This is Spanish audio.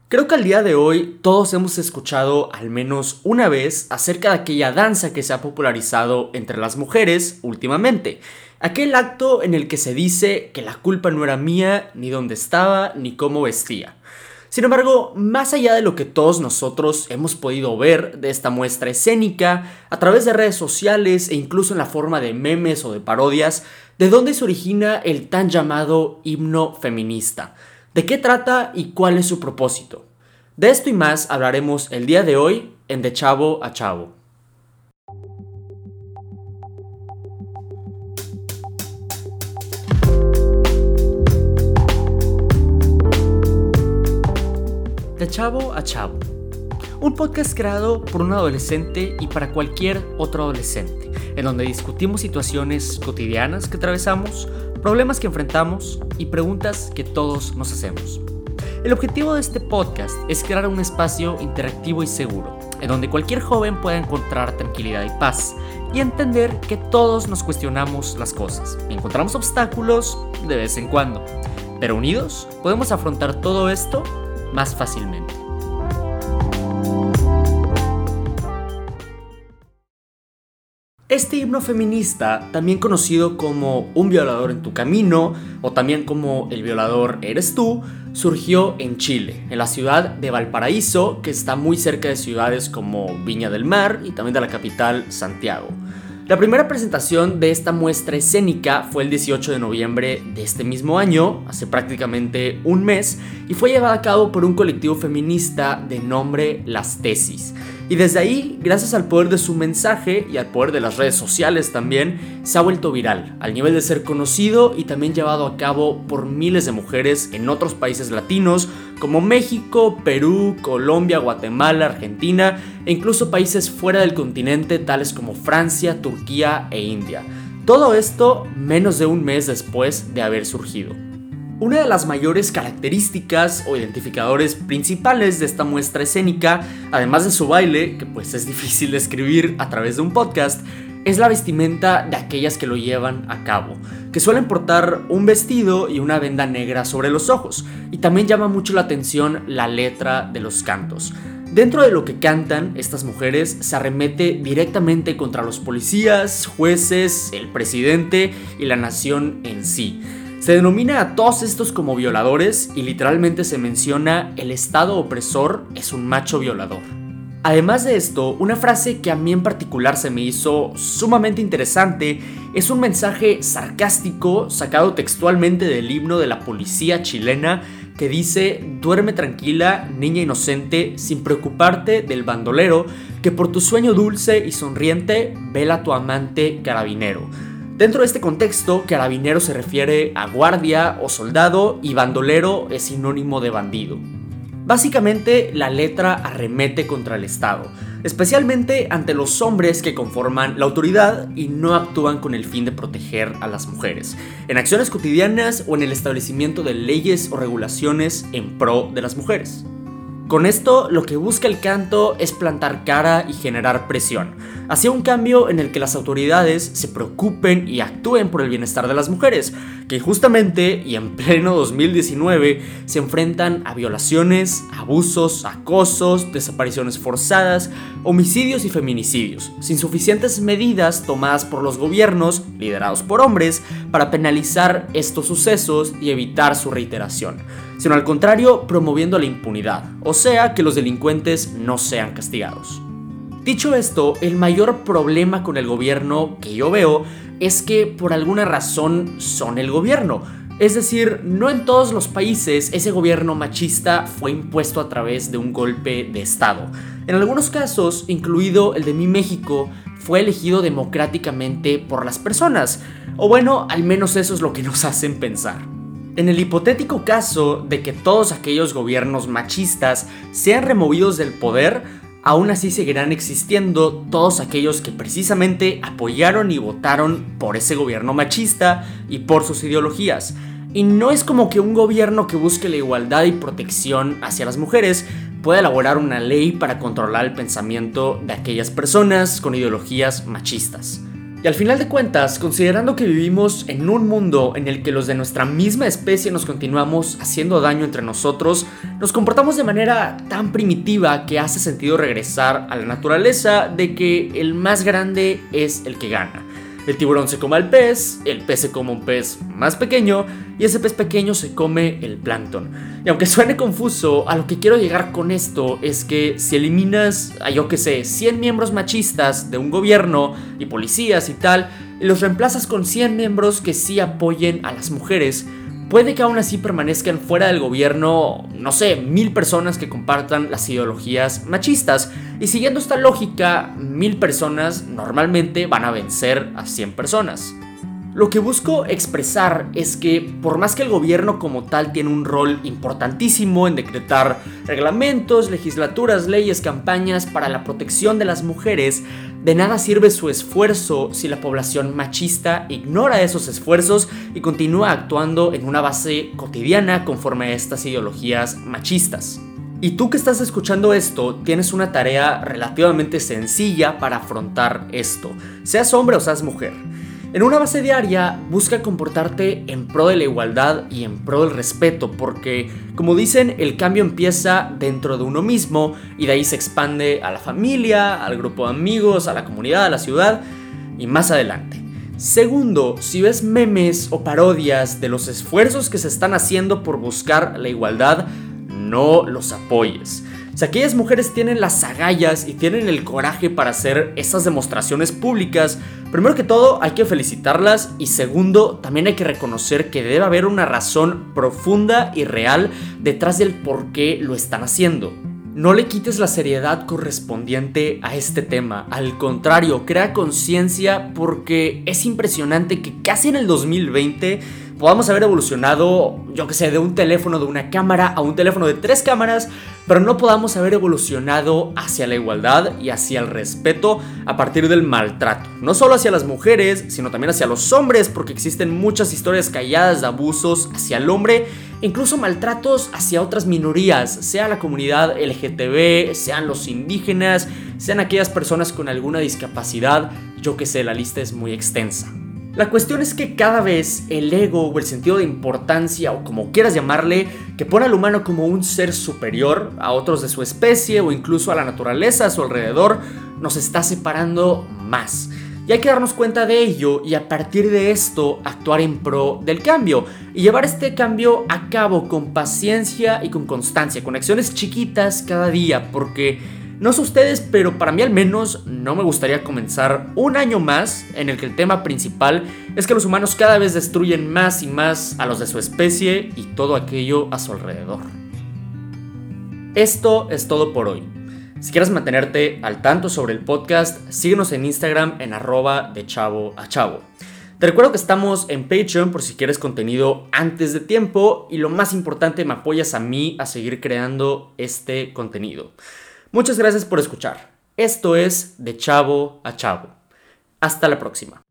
Creo que al día de hoy todos hemos escuchado al menos una vez acerca de aquella danza que se ha popularizado entre las mujeres últimamente. Aquel acto en el que se dice que la culpa no era mía, ni dónde estaba, ni cómo vestía. Sin embargo, más allá de lo que todos nosotros hemos podido ver de esta muestra escénica, a través de redes sociales e incluso en la forma de memes o de parodias, ¿de dónde se origina el tan llamado himno feminista? ¿De qué trata y cuál es su propósito? De esto y más hablaremos el día de hoy en De Chavo a Chavo. De Chavo a Chavo. Un podcast creado por un adolescente y para cualquier otro adolescente, en donde discutimos situaciones cotidianas que atravesamos, problemas que enfrentamos y preguntas que todos nos hacemos. El objetivo de este podcast es crear un espacio interactivo y seguro, en donde cualquier joven pueda encontrar tranquilidad y paz, y entender que todos nos cuestionamos las cosas y encontramos obstáculos de vez en cuando, pero unidos podemos afrontar todo esto más fácilmente. Este himno feminista, también conocido como Un violador en tu camino o también como El violador eres tú, surgió en Chile, en la ciudad de Valparaíso, que está muy cerca de ciudades como Viña del Mar y también de la capital, Santiago. La primera presentación de esta muestra escénica fue el 18 de noviembre de este mismo año, hace prácticamente un mes, y fue llevada a cabo por un colectivo feminista de nombre Las Tesis. Y desde ahí, gracias al poder de su mensaje y al poder de las redes sociales también, se ha vuelto viral, al nivel de ser conocido y también llevado a cabo por miles de mujeres en otros países latinos como México, Perú, Colombia, Guatemala, Argentina e incluso países fuera del continente tales como Francia, Turquía e India. Todo esto menos de un mes después de haber surgido. Una de las mayores características o identificadores principales de esta muestra escénica, además de su baile, que pues es difícil de describir a través de un podcast, es la vestimenta de aquellas que lo llevan a cabo, que suelen portar un vestido y una venda negra sobre los ojos, y también llama mucho la atención la letra de los cantos. Dentro de lo que cantan, estas mujeres se arremete directamente contra los policías, jueces, el presidente y la nación en sí. Se denomina a todos estos como violadores y literalmente se menciona el Estado opresor es un macho violador. Además de esto, una frase que a mí en particular se me hizo sumamente interesante es un mensaje sarcástico sacado textualmente del himno de la policía chilena que dice: duerme tranquila, niña inocente, sin preocuparte del bandolero, que por tu sueño dulce y sonriente vela tu amante carabinero. Dentro de este contexto, carabinero se refiere a guardia o soldado y bandolero es sinónimo de bandido. Básicamente, la letra arremete contra el Estado, especialmente ante los hombres que conforman la autoridad y no actúan con el fin de proteger a las mujeres, en acciones cotidianas o en el establecimiento de leyes o regulaciones en pro de las mujeres. Con esto, lo que busca el canto es plantar cara y generar presión, hacia un cambio en el que las autoridades se preocupen y actúen por el bienestar de las mujeres, que justamente y en pleno 2019 se enfrentan a violaciones, abusos, acosos, desapariciones forzadas, homicidios y feminicidios, sin suficientes medidas tomadas por los gobiernos, liderados por hombres, para penalizar estos sucesos y evitar su reiteración, sino al contrario promoviendo la impunidad, o sea que los delincuentes no sean castigados. Dicho esto, el mayor problema con el gobierno que yo veo es que por alguna razón son el gobierno. Es decir, no en todos los países ese gobierno machista fue impuesto a través de un golpe de estado. En algunos casos, incluido el de mi México, fue elegido democráticamente por las personas. O bueno, al menos eso es lo que nos hacen pensar. En el hipotético caso de que todos aquellos gobiernos machistas sean removidos del poder, aún así seguirán existiendo todos aquellos que precisamente apoyaron y votaron por ese gobierno machista y por sus ideologías. Y no es como que un gobierno que busque la igualdad y protección hacia las mujeres pueda elaborar una ley para controlar el pensamiento de aquellas personas con ideologías machistas. Y al final de cuentas, considerando que vivimos en un mundo en el que los de nuestra misma especie nos continuamos haciendo daño entre nosotros, nos comportamos de manera tan primitiva que hace sentido regresar a la naturaleza de que el más grande es el que gana. El tiburón se come al pez, el pez se come un pez más pequeño y ese pez pequeño se come el plancton. Y aunque suene confuso, a lo que quiero llegar con esto es que si eliminas a 100 miembros machistas de un gobierno y policías y tal, y los reemplazas con 100 miembros que sí apoyen a las mujeres, puede que aún así permanezcan fuera del gobierno, 1000 personas que compartan las ideologías machistas. Y siguiendo esta lógica, 1000 personas normalmente van a vencer a 100 personas. Lo que busco expresar es que por más que el gobierno como tal tiene un rol importantísimo en decretar reglamentos, legislaturas, leyes, campañas para la protección de las mujeres, de nada sirve su esfuerzo si la población machista ignora esos esfuerzos y continúa actuando en una base cotidiana conforme a estas ideologías machistas. Y tú que estás escuchando esto, tienes una tarea relativamente sencilla para afrontar esto, seas hombre o seas mujer. En una base diaria, busca comportarte en pro de la igualdad y en pro del respeto, porque, como dicen, el cambio empieza dentro de uno mismo y de ahí se expande a la familia, al grupo de amigos, a la comunidad, a la ciudad y más adelante. Segundo, si ves memes o parodias de los esfuerzos que se están haciendo por buscar la igualdad, no los apoyes. Si aquellas mujeres tienen las agallas y tienen el coraje para hacer esas demostraciones públicas, primero que todo hay que felicitarlas y segundo, también hay que reconocer que debe haber una razón profunda y real detrás del por qué lo están haciendo. No le quites la seriedad correspondiente a este tema, al contrario, crea conciencia porque es impresionante que casi en el 2020 podamos haber evolucionado, de un teléfono de una cámara a un teléfono de 3 cámaras, pero no podamos haber evolucionado hacia la igualdad y hacia el respeto a partir del maltrato. No solo hacia las mujeres, sino también hacia los hombres, porque existen muchas historias calladas de abusos hacia el hombre, incluso maltratos hacia otras minorías, sea la comunidad LGTB, sean los indígenas, sean aquellas personas con alguna discapacidad, la lista es muy extensa. La cuestión es que cada vez el ego o el sentido de importancia o como quieras llamarle, que pone al humano como un ser superior a otros de su especie o incluso a la naturaleza a su alrededor, nos está separando más. Y hay que darnos cuenta de ello y a partir de esto actuar en pro del cambio y llevar este cambio a cabo con paciencia y con constancia, con acciones chiquitas cada día, porque no sé ustedes, pero para mí al menos no me gustaría comenzar un año más en el que el tema principal es que los humanos cada vez destruyen más y más a los de su especie y todo aquello a su alrededor. Esto es todo por hoy. Si quieres mantenerte al tanto sobre el podcast, síguenos en Instagram en @dechavoachavo. Te recuerdo que estamos en Patreon por si quieres contenido antes de tiempo y lo más importante, me apoyas a mí a seguir creando este contenido. Muchas gracias por escuchar. Esto es De Chavo a Chavo. Hasta la próxima.